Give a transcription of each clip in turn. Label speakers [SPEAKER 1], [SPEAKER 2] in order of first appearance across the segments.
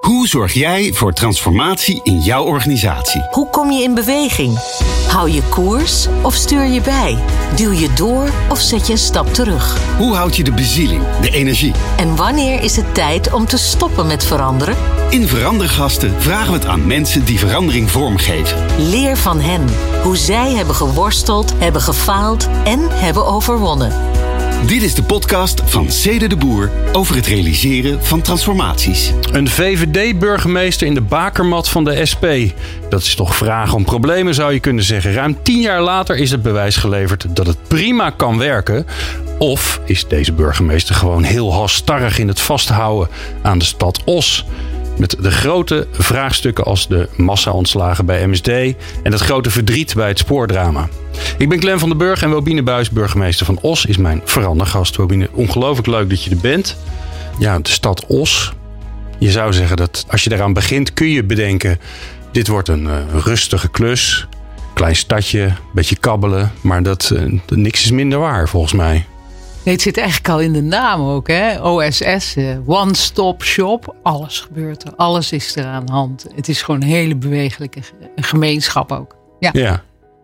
[SPEAKER 1] Hoe zorg jij voor transformatie in jouw organisatie?
[SPEAKER 2] Hoe kom je in beweging? Hou je koers of stuur je bij? Duw je door of zet je een stap terug?
[SPEAKER 1] Hoe houd je de bezieling, de energie?
[SPEAKER 2] En wanneer is het tijd om te stoppen met veranderen?
[SPEAKER 1] In Verandergasten vragen we het aan mensen die verandering vormgeven.
[SPEAKER 2] Leer van hen. Hoe zij hebben geworsteld, hebben gefaald en hebben overwonnen.
[SPEAKER 1] Dit is de podcast van Cede de Boer over het realiseren van transformaties.
[SPEAKER 3] Een VVD-burgemeester in de bakermat van de SP. Dat is toch vragen om problemen, zou je kunnen zeggen. Ruim 10 jaar later is het bewijs geleverd dat het prima kan werken. Of is deze burgemeester gewoon heel halsstarrig in het vasthouden aan de stad Os? Met de grote vraagstukken als de massa-ontslagen bij MSD en het grote verdriet bij het spoordrama. Ik ben Clem van den Burg en Wobine Buijs, burgemeester van Os, is mijn verandergast. Wobine, ongelooflijk leuk dat je er bent. Ja, de stad Os. Je zou zeggen dat als je daaraan begint kun je bedenken, dit wordt een rustige klus. Klein stadje, beetje kabbelen, maar niks is minder waar volgens mij.
[SPEAKER 4] Nee, het zit eigenlijk al in de naam ook, hè? OSS, One Stop Shop. Alles gebeurt er. Alles is er aan de hand. Het is gewoon een hele bewegelijke gemeenschap ook. Ja.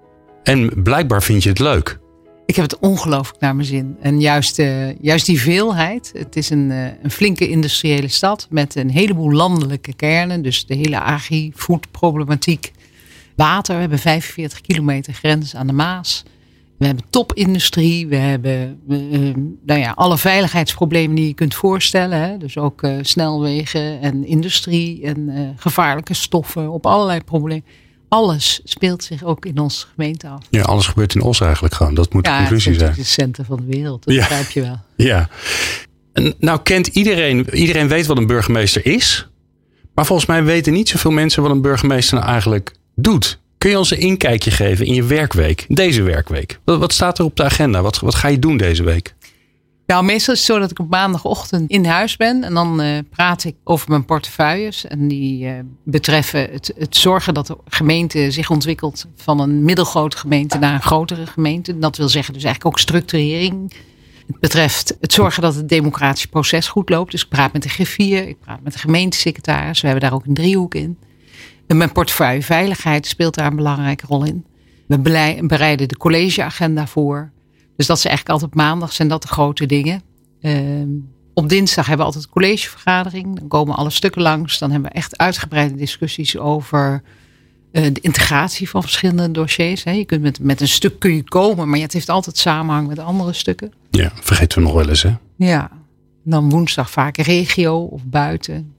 [SPEAKER 3] En blijkbaar vind je het leuk.
[SPEAKER 4] Ik heb het ongelooflijk naar mijn zin. En juist die veelheid. Het is een flinke industriële stad met een heleboel landelijke kernen. Dus de hele agri-food problematiek. Water, we hebben 45 kilometer grens aan de Maas. We hebben topindustrie, we hebben alle veiligheidsproblemen die je kunt voorstellen. Hè? Dus ook snelwegen en industrie en gevaarlijke stoffen op allerlei problemen. Alles speelt zich ook in onze gemeente af. Ja,
[SPEAKER 3] alles gebeurt in Os eigenlijk gewoon. Dat moet de conclusie zijn.
[SPEAKER 4] Het is het centrum van de wereld, dat begrijp je wel.
[SPEAKER 3] Ja. En nou kent iedereen weet wat een burgemeester is. Maar volgens mij weten niet zoveel mensen wat een burgemeester nou eigenlijk doet. Kun je ons een inkijkje geven in je werkweek, deze werkweek? Wat staat er op de agenda? Wat ga je doen deze week?
[SPEAKER 4] Nou, meestal is het zo dat ik op maandagochtend in huis ben. En dan praat ik over mijn portefeuilles. En die betreffen het zorgen dat de gemeente zich ontwikkelt van een middelgrote gemeente naar een grotere gemeente. Dat wil zeggen dus eigenlijk ook structurering. Het betreft het zorgen dat het democratische proces goed loopt. Dus ik praat met de griffier, ik praat met de gemeentesecretaris. We hebben daar ook een driehoek in. En mijn portefeuille veiligheid speelt daar een belangrijke rol in. We bereiden de collegeagenda voor. Dus dat is eigenlijk altijd maandag, zijn dat de grote dingen. Op dinsdag hebben we altijd collegevergadering. Dan komen alle stukken langs. Dan hebben we echt uitgebreide discussies over de integratie van verschillende dossiers. Je kunt met een stuk kun je komen, maar het heeft altijd samenhang met andere stukken.
[SPEAKER 3] Ja, vergeten we nog wel eens, hè?
[SPEAKER 4] Ja, dan woensdag vaak regio of buiten.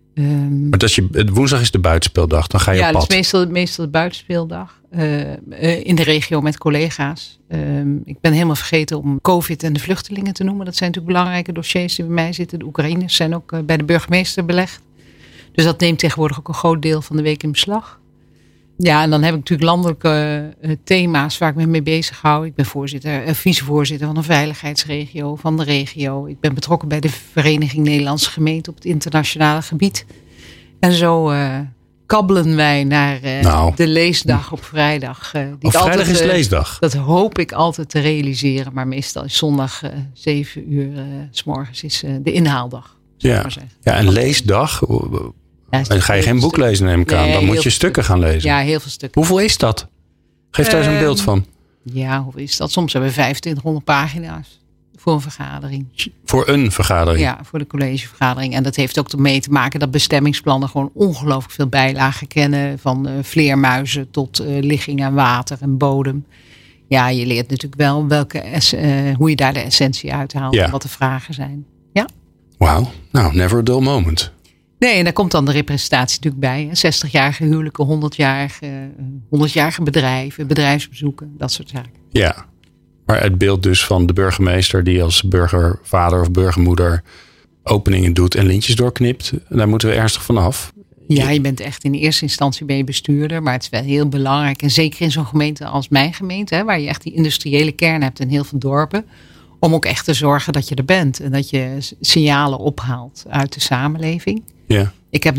[SPEAKER 3] Maar woensdag is de buitenspeeldag, dan ga je op pad. Ja,
[SPEAKER 4] dat is meestal de buitenspeeldag. In de regio met collega's. Ik ben helemaal vergeten om COVID en de vluchtelingen te noemen. Dat zijn natuurlijk belangrijke dossiers die bij mij zitten. De Oekraïners zijn ook bij de burgemeester belegd. Dus dat neemt tegenwoordig ook een groot deel van de week in beslag. Ja, en dan heb ik natuurlijk landelijke thema's waar ik me mee bezig hou. Ik ben vicevoorzitter van een veiligheidsregio van de regio. Ik ben betrokken bij de Vereniging Nederlandse Gemeenten op het internationale gebied. En zo kabbelen wij naar de leesdag op vrijdag.
[SPEAKER 3] Vrijdag is leesdag?
[SPEAKER 4] Dat hoop ik altijd te realiseren. Maar meestal is zondag 7 uur 's morgens is de inhaaldag.
[SPEAKER 3] Ja, een leesdag. Ja, dan ga je geen boek lezen, neem ik aan. Dan moet je stukken gaan lezen.
[SPEAKER 4] Ja, heel veel stukken.
[SPEAKER 3] Hoeveel is dat? Geef daar eens een beeld van.
[SPEAKER 4] Ja, hoeveel is dat? Soms hebben we 2500 pagina's voor een vergadering.
[SPEAKER 3] Voor een vergadering?
[SPEAKER 4] Ja, voor de collegevergadering. En dat heeft ook ermee te maken dat bestemmingsplannen gewoon ongelooflijk veel bijlagen kennen. Van vleermuizen tot ligging aan water en bodem. Ja, je leert natuurlijk wel hoe je daar de essentie uithaalt. En wat de vragen zijn. Ja.
[SPEAKER 3] Wauw, nou, never a dull moment.
[SPEAKER 4] Nee, en daar komt dan de representatie natuurlijk bij. 60-jarige huwelijken, 100-jarige bedrijven, bedrijfsbezoeken, dat soort zaken.
[SPEAKER 3] Ja, maar het beeld dus van de burgemeester die als burgervader of burgermoeder openingen doet en lintjes doorknipt, daar moeten we ernstig vanaf.
[SPEAKER 4] Ja, je bent echt in eerste instantie bestuurder, maar het is wel heel belangrijk. En zeker in zo'n gemeente als mijn gemeente, waar je echt die industriële kern hebt in heel veel dorpen. Om ook echt te zorgen dat je er bent en dat je signalen ophaalt uit de samenleving.
[SPEAKER 3] Ja.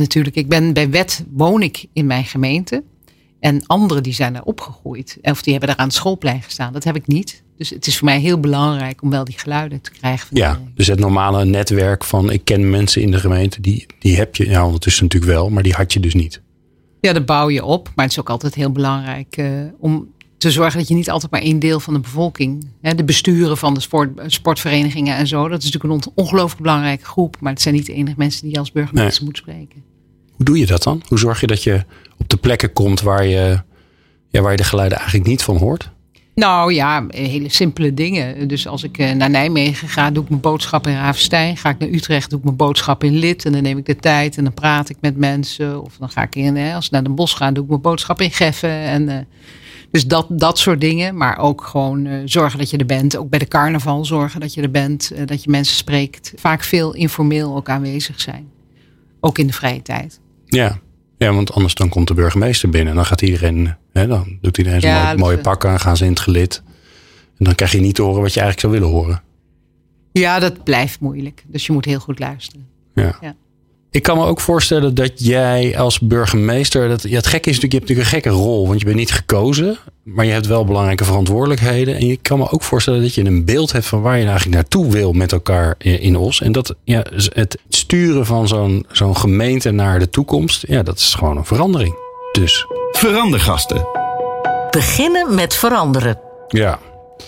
[SPEAKER 4] Bij wet woon ik in mijn gemeente. En anderen die zijn er opgegroeid. Of die hebben daar aan het schoolplein gestaan. Dat heb ik niet. Dus het is voor mij heel belangrijk om wel die geluiden te krijgen.
[SPEAKER 3] Ja, dus het normale netwerk van ik ken mensen in de gemeente, die heb je ondertussen natuurlijk wel, maar die had je dus niet.
[SPEAKER 4] Ja, dat bouw je op. Maar het is ook altijd heel belangrijk om te zorgen dat je niet altijd maar één deel van de bevolking, de besturen van de sportverenigingen en zo, dat is natuurlijk een ongelooflijk belangrijke groep. Maar het zijn niet de enige mensen die je als burgemeester moet spreken.
[SPEAKER 3] Hoe doe je dat dan? Hoe zorg je dat je op de plekken komt waar je de geluiden eigenlijk niet van hoort?
[SPEAKER 4] Nou ja, hele simpele dingen. Dus als ik naar Nijmegen ga, doe ik mijn boodschap in Ravenstein. Ga ik naar Utrecht, doe ik mijn boodschap in Lid. En dan neem ik de tijd en dan praat ik met mensen. Of dan ga ik als ik naar Den Bosch ga, doe ik mijn boodschap in Geffen. En dus dat soort dingen. Maar ook gewoon zorgen dat je er bent. Ook bij de carnaval zorgen dat je er bent. Dat je mensen spreekt. Vaak veel informeel ook aanwezig zijn. Ook in de vrije tijd.
[SPEAKER 3] Ja, want anders dan komt de burgemeester binnen. En dan gaat iedereen, dan doet iedereen zijn mooie pakken. En gaan ze in het gelid. En dan krijg je niet te horen wat je eigenlijk zou willen horen.
[SPEAKER 4] Ja, dat blijft moeilijk. Dus je moet heel goed luisteren.
[SPEAKER 3] Ja. Ik kan me ook voorstellen dat jij als burgemeester, het gekke is natuurlijk, je hebt natuurlijk een gekke rol. Want je bent niet gekozen, maar je hebt wel belangrijke verantwoordelijkheden. En je kan me ook voorstellen dat je een beeld hebt van waar je eigenlijk naartoe wil met elkaar in Os. En dat het sturen van zo'n gemeente naar de toekomst, dat is gewoon een verandering. Dus.
[SPEAKER 1] Verandergasten.
[SPEAKER 2] Beginnen met veranderen.
[SPEAKER 3] Ja.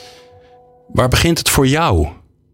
[SPEAKER 3] Waar begint het voor jou?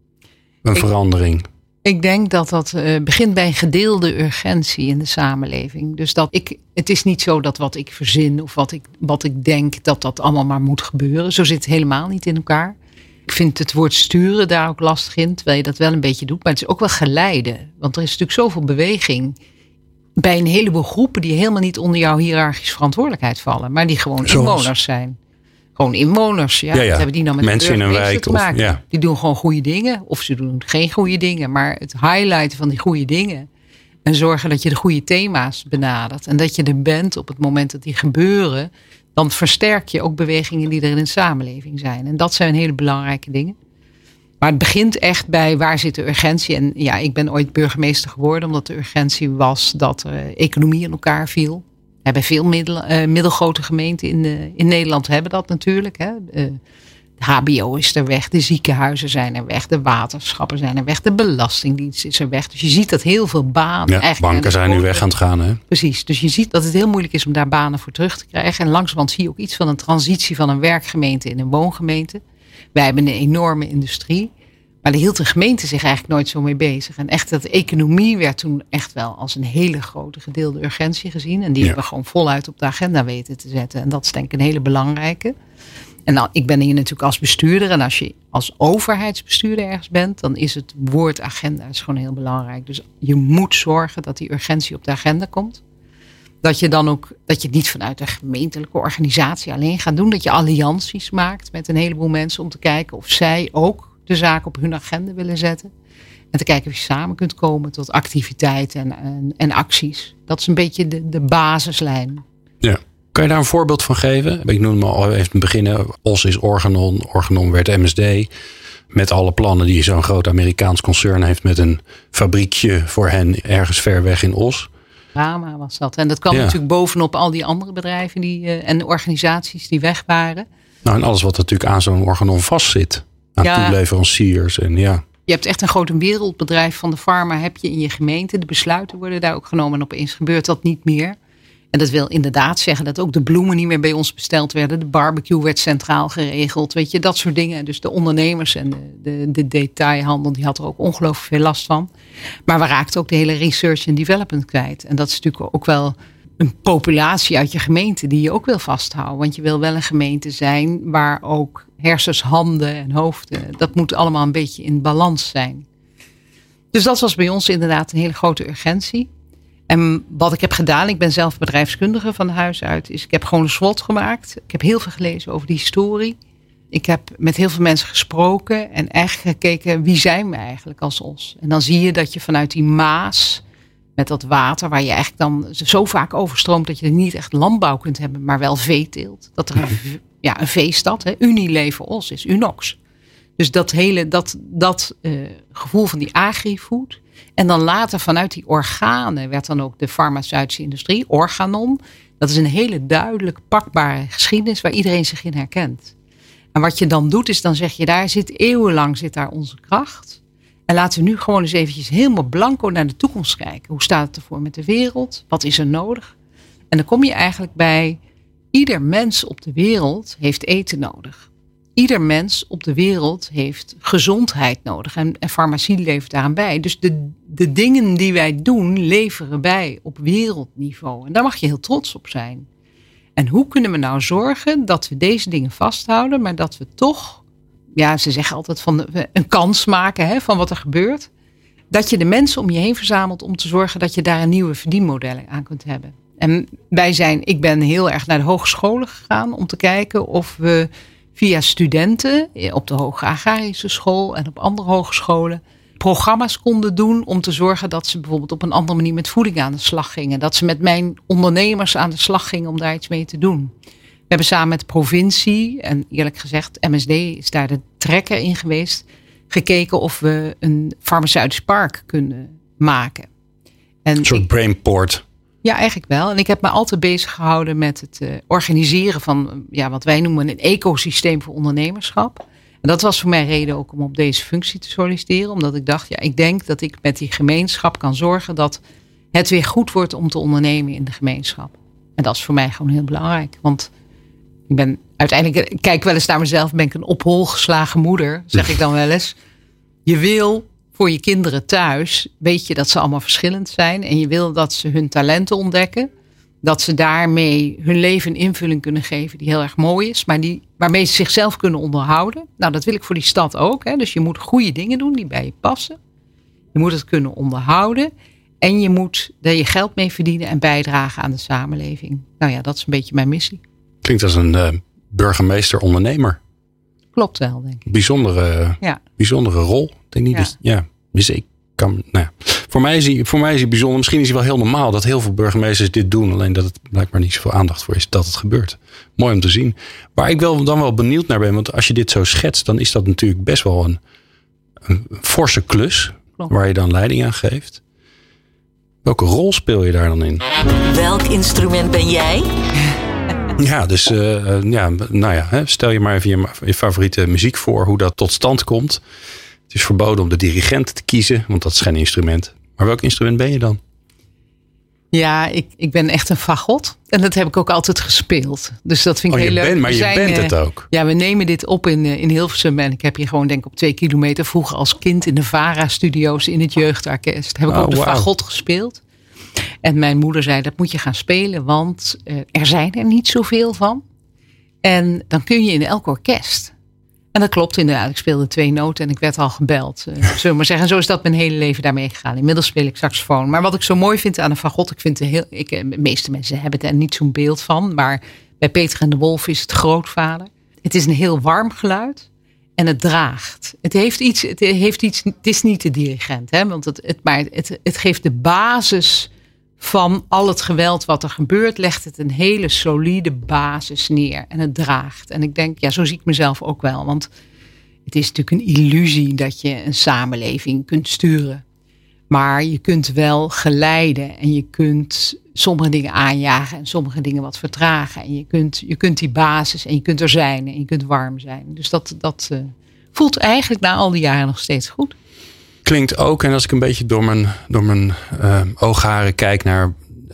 [SPEAKER 3] Een verandering.
[SPEAKER 4] Ik denk dat begint bij een gedeelde urgentie in de samenleving. Dus het is niet zo dat wat ik verzin of wat ik denk dat allemaal maar moet gebeuren. Zo zit het helemaal niet in elkaar. Ik vind het woord sturen daar ook lastig in, terwijl je dat wel een beetje doet. Maar het is ook wel geleiden. Want er is natuurlijk zoveel beweging bij een heleboel groepen die helemaal niet onder jouw hiërarchische verantwoordelijkheid vallen. Maar die gewoon inwoners zijn. Gewoon inwoners. Ja. Wat hebben die nou met
[SPEAKER 3] mensen in een wijk
[SPEAKER 4] te maken? Die doen gewoon goede dingen. Of ze doen geen goede dingen. Maar het highlighten van die goede dingen. En zorgen dat je de goede thema's benadert. En dat je er bent op het moment dat die gebeuren. Dan versterk je ook bewegingen die er in de samenleving zijn. En dat zijn hele belangrijke dingen. Maar het begint echt bij waar zit de urgentie. En ik ben ooit burgemeester geworden. Omdat de urgentie was dat de economie in elkaar viel. Bij veel middelgrote gemeenten in Nederland hebben dat natuurlijk. Hè. De HBO is er weg, de ziekenhuizen zijn er weg, de waterschappen zijn er weg, de belastingdienst is er weg. Dus je ziet dat heel veel banen.
[SPEAKER 3] Ja, banken zijn nu weg aan het gaan. Hè?
[SPEAKER 4] Precies, dus je ziet dat het heel moeilijk is om daar banen voor terug te krijgen. En langzamerhand zie je ook iets van een transitie van een werkgemeente in een woongemeente. Wij hebben een enorme industrie. Maar daar hield de gemeente zich eigenlijk nooit zo mee bezig. En echt, dat economie werd toen echt wel als een hele grote gedeelde urgentie gezien. En die hebben we gewoon voluit op de agenda weten te zetten. En dat is denk ik een hele belangrijke. En nou, ik ben hier natuurlijk als bestuurder. En als je als overheidsbestuurder ergens bent, dan is het woord agenda is gewoon heel belangrijk. Dus je moet zorgen dat die urgentie op de agenda komt. Dat je dan ook, dat je het niet vanuit een gemeentelijke organisatie alleen gaat doen. Dat je allianties maakt met een heleboel mensen om te kijken of zij ook de zaak op hun agenda willen zetten. En te kijken of je samen kunt komen tot activiteiten en acties. Dat is een beetje de basislijn.
[SPEAKER 3] Ja. Kan je daar een voorbeeld van geven? Ik noem al even in het begin. Os is Organon. Organon werd MSD. Met alle plannen die zo'n groot Amerikaans concern heeft met een fabriekje voor hen ergens ver weg in Os.
[SPEAKER 4] Rama was dat. En dat kwam natuurlijk bovenop al die andere bedrijven en organisaties die weg waren.
[SPEAKER 3] Nou, en alles wat natuurlijk aan zo'n Organon vastzit. Aan toeleveranciers en Je
[SPEAKER 4] hebt echt een groot wereldbedrijf van de farma heb je in je gemeente. De besluiten worden daar ook genomen en opeens gebeurt dat niet meer. En dat wil inderdaad zeggen dat ook de bloemen niet meer bij ons besteld werden. De barbecue werd centraal geregeld. Weet je, dat soort dingen. Dus de ondernemers en de detailhandel die had er ook ongelooflijk veel last van. Maar we raakten ook de hele research en development kwijt. En dat is natuurlijk ook wel een populatie uit je gemeente die je ook wil vasthouden. Want je wil wel een gemeente zijn waar ook hersens, handen en hoofden, dat moet allemaal een beetje in balans zijn. Dus dat was bij ons inderdaad een hele grote urgentie. En wat ik heb gedaan, ik ben zelf bedrijfskundige van huis uit, is ik heb gewoon een SWOT gemaakt. Ik heb heel veel gelezen over die historie. Ik heb met heel veel mensen gesproken en eigenlijk gekeken wie zijn we eigenlijk als Os. En dan zie je dat je vanuit die Maas, met dat water waar je eigenlijk dan zo vaak overstroomt dat je er niet echt landbouw kunt hebben, maar wel veeteelt. Dat er een veestad, Unilever Os is, Unox. Dus dat hele, dat gevoel van die agri-food. En dan later vanuit die organen werd dan ook de farmaceutische industrie, Organon. Dat is een hele duidelijk pakbare geschiedenis waar iedereen zich in herkent. En wat je dan doet is dan zeg je eeuwenlang zit daar onze kracht. En laten we nu gewoon eens eventjes helemaal blanco naar de toekomst kijken. Hoe staat het ervoor met de wereld? Wat is er nodig? En dan kom je eigenlijk bij ieder mens op de wereld heeft eten nodig. Ieder mens op de wereld heeft gezondheid nodig. En farmacie levert daaraan bij. Dus de dingen die wij doen leveren bij op wereldniveau. En daar mag je heel trots op zijn. En hoe kunnen we nou zorgen dat we deze dingen vasthouden, maar dat we toch, ze zeggen altijd van een kans maken van wat er gebeurt. Dat je de mensen om je heen verzamelt om te zorgen dat je daar een nieuwe verdienmodellen aan kunt hebben. En ik ben heel erg naar de hogescholen gegaan om te kijken of we via studenten op de Hoge Agrarische School en op andere hogescholen programma's konden doen om te zorgen dat ze bijvoorbeeld op een andere manier met voeding aan de slag gingen. Dat ze met mijn ondernemers aan de slag gingen om daar iets mee te doen. We hebben samen met de provincie, en eerlijk gezegd MSD is daar de trekker in geweest, gekeken of we een farmaceutisch park kunnen maken.
[SPEAKER 3] Een soort brainport.
[SPEAKER 4] Ja, eigenlijk wel. En ik heb me altijd bezig gehouden met het organiseren van wat wij noemen een ecosysteem voor ondernemerschap. En dat was voor mij reden ook om op deze functie te solliciteren. Omdat ik dacht, ik denk dat ik met die gemeenschap kan zorgen dat het weer goed wordt om te ondernemen in de gemeenschap. En dat is voor mij gewoon heel belangrijk. Want ik kijk wel eens naar mezelf, ben ik een op hol geslagen moeder, zeg ik dan wel eens. Je wil voor je kinderen thuis, weet je dat ze allemaal verschillend zijn. En je wil dat ze hun talenten ontdekken. Dat ze daarmee hun leven een invulling kunnen geven die heel erg mooi is. Maar waarmee ze zichzelf kunnen onderhouden. Nou, dat wil ik voor die stad ook. Hè. Dus je moet goede dingen doen die bij je passen. Je moet het kunnen onderhouden. En je moet er je geld mee verdienen en bijdragen aan de samenleving. Nou ja, dat is een beetje mijn missie. Klinkt
[SPEAKER 3] als een burgemeester-ondernemer.
[SPEAKER 4] Klopt wel, denk ik.
[SPEAKER 3] Bijzondere rol. Ik denk niet Voor mij is hij bijzonder. Misschien is hij wel heel normaal dat heel veel burgemeesters dit doen. Alleen dat het blijkbaar niet zoveel aandacht voor is dat het gebeurt. Mooi om te zien. Waar ik dan wel benieuwd naar ben. Want als je dit zo schetst, dan is dat natuurlijk best wel een forse klus. Klopt. Waar je dan leiding aan geeft. Welke rol speel je daar dan in?
[SPEAKER 2] Welk instrument ben jij?
[SPEAKER 3] Ja, dus stel je maar even je favoriete muziek voor. Hoe dat tot stand komt. Het is verboden om de dirigent te kiezen, want dat is geen instrument. Maar welk instrument ben je dan?
[SPEAKER 4] Ja, ik ben echt een fagot. En dat heb ik ook altijd gespeeld. Dus dat vind ik heel leuk.
[SPEAKER 3] Maar je bent het ook.
[SPEAKER 4] Ja, we nemen dit op in Hilversum. En ik heb hier gewoon denk ik op 2 kilometer vroeger als kind in de VARA-studio's in het jeugdorkest. Heb ik ook de fagot gespeeld. En mijn moeder zei, dat moet je gaan spelen, want er zijn er niet zoveel van. En dan kun je in elk orkest. En dat klopt inderdaad. Ik speelde 2 noten en ik werd al gebeld. Zullen we maar zeggen. En zo is dat mijn hele leven daarmee gegaan. Inmiddels speel ik saxofoon. Maar wat ik zo mooi vind aan een fagot. De meeste mensen hebben er niet zo'n beeld van. Maar bij Peter en de Wolf is het grootvader. Het is een heel warm geluid. En het draagt. Het heeft iets. Het is niet de dirigent. Hè, want het geeft de basis van al het geweld wat er gebeurt, legt het een hele solide basis neer. En het draagt. En ik denk, zo zie ik mezelf ook wel. Want het is natuurlijk een illusie dat je een samenleving kunt sturen. Maar je kunt wel geleiden. En je kunt sommige dingen aanjagen en sommige dingen wat vertragen. En je kunt die basis en je kunt er zijn en je kunt warm zijn. Dus dat voelt eigenlijk na al die jaren nog steeds goed.
[SPEAKER 3] Klinkt ook, en als ik een beetje door mijn oogharen kijk naar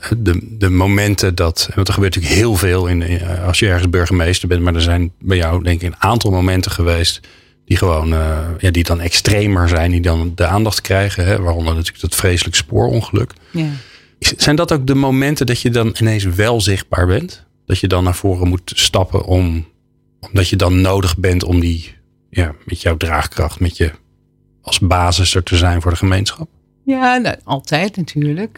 [SPEAKER 3] de momenten dat, want er gebeurt natuurlijk heel veel als je ergens burgemeester bent, maar er zijn bij jou denk ik een aantal momenten geweest die gewoon, die dan extremer zijn, die dan de aandacht krijgen, hè, waaronder natuurlijk dat vreselijk spoorongeluk. Ja. Zijn dat ook de momenten dat je dan ineens wel zichtbaar bent? Dat je dan naar voren moet stappen omdat je dan nodig bent om met jouw draagkracht, met je als basis er te zijn voor de gemeenschap?
[SPEAKER 4] Ja, altijd natuurlijk.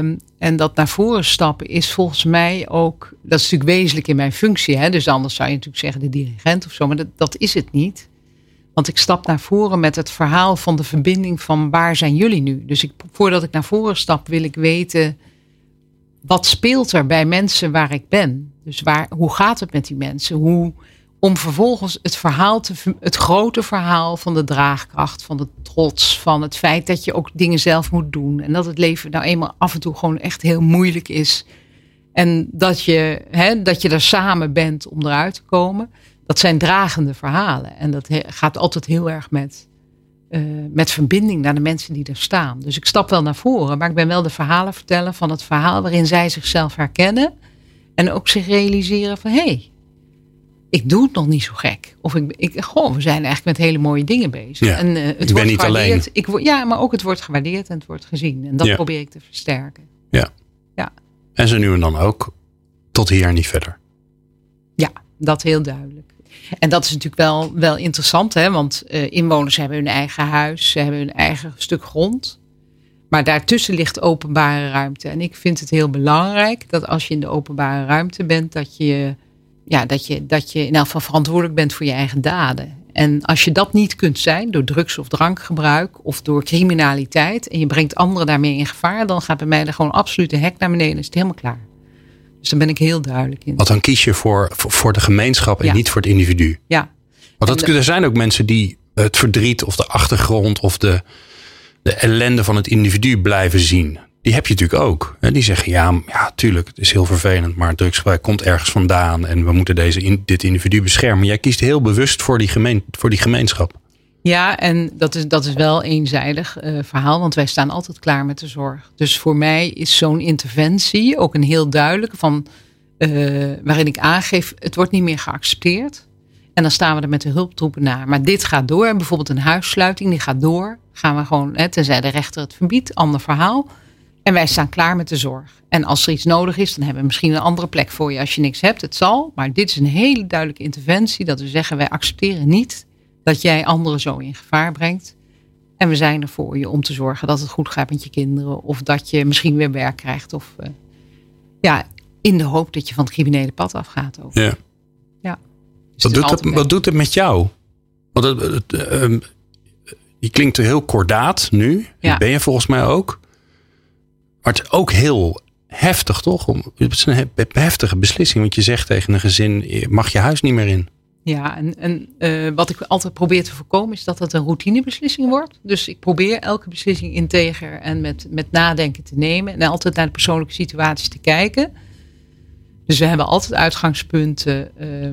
[SPEAKER 4] En dat naar voren stappen is volgens mij ook, dat is natuurlijk wezenlijk in mijn functie. Hè? Dus anders zou je natuurlijk zeggen de dirigent of zo. Maar dat is het niet. Want ik stap naar voren met het verhaal van de verbinding van waar zijn jullie nu? Dus voordat ik naar voren stap wil ik weten, wat speelt er bij mensen waar ik ben? Dus hoe gaat het met die mensen? Om vervolgens het grote verhaal van de draagkracht, van de trots, van het feit dat je ook dingen zelf moet doen. En dat het leven nou eenmaal af en toe gewoon echt heel moeilijk is. En dat je er samen bent om eruit te komen. dat zijn dragende verhalen. En dat gaat altijd heel erg met verbinding naar de mensen die er staan. Dus ik stap wel naar voren, maar ik ben wel de verhalen vertellen van het verhaal waarin zij zichzelf herkennen. En ook zich realiseren van, hé, ik doe het nog niet zo gek. Of we zijn eigenlijk met hele mooie dingen bezig.
[SPEAKER 3] Ja,
[SPEAKER 4] en het wordt niet alleen. Maar ook het wordt gewaardeerd en het wordt gezien. En dat probeer ik te versterken.
[SPEAKER 3] Ja. En zo nu en dan ook tot hier en niet verder.
[SPEAKER 4] Ja, dat heel duidelijk. En dat is natuurlijk wel interessant, hè? Want inwoners hebben hun eigen huis, ze hebben hun eigen stuk grond. Maar daartussen ligt openbare ruimte. En ik vind het heel belangrijk dat als je in de openbare ruimte bent, dat je in elk geval verantwoordelijk bent voor je eigen daden. En als je dat niet kunt zijn door drugs- of drankgebruik of door criminaliteit en je brengt anderen daarmee in gevaar, dan gaat bij mij er gewoon absoluut een hek naar beneden. Is het helemaal klaar. Dus daar ben ik heel duidelijk in.
[SPEAKER 3] Want dan kies je voor de gemeenschap en niet voor het individu.
[SPEAKER 4] Ja.
[SPEAKER 3] Want er zijn ook mensen die het verdriet of de achtergrond of de ellende van het individu blijven zien. Die heb je natuurlijk ook. Die zeggen, ja, tuurlijk, het is heel vervelend, maar drugsgebruik komt ergens vandaan en we moeten dit individu beschermen. Jij kiest heel bewust voor die gemeenschap. Ja,
[SPEAKER 4] en dat is wel een eenzijdig verhaal, want wij staan altijd klaar met de zorg. Dus voor mij is zo'n interventie ook een heel duidelijke waarin ik aangeef, het wordt niet meer geaccepteerd. En dan staan we er met de hulptroepen naar. Maar dit gaat door. En bijvoorbeeld een huissluiting, die gaat door. Gaan we gewoon, tenzij de rechter het verbiedt, ander verhaal. En wij staan klaar met de zorg. En als er iets nodig is, dan hebben we misschien een andere plek voor je. Als je niks hebt, het zal. Maar dit is een hele duidelijke interventie. Dat we zeggen, wij accepteren niet dat jij anderen zo in gevaar brengt. En we zijn er voor je om te zorgen dat het goed gaat met je kinderen. Of dat je misschien weer werk krijgt. Of in de hoop dat je van het criminele pad afgaat. Ook.
[SPEAKER 3] Ja. Dus wat doet het met jou? Want je klinkt heel kordaat nu. Ja. Dat ben je volgens mij ook. Maar het is ook heel heftig, toch? Het is een heftige beslissing. Want je zegt tegen een gezin, mag je huis niet meer in. Ja, en wat ik altijd probeer te voorkomen is dat het een routinebeslissing wordt. Dus ik probeer elke beslissing integer en met nadenken te nemen. En altijd naar de persoonlijke situaties te kijken. Dus we hebben altijd uitgangspunten.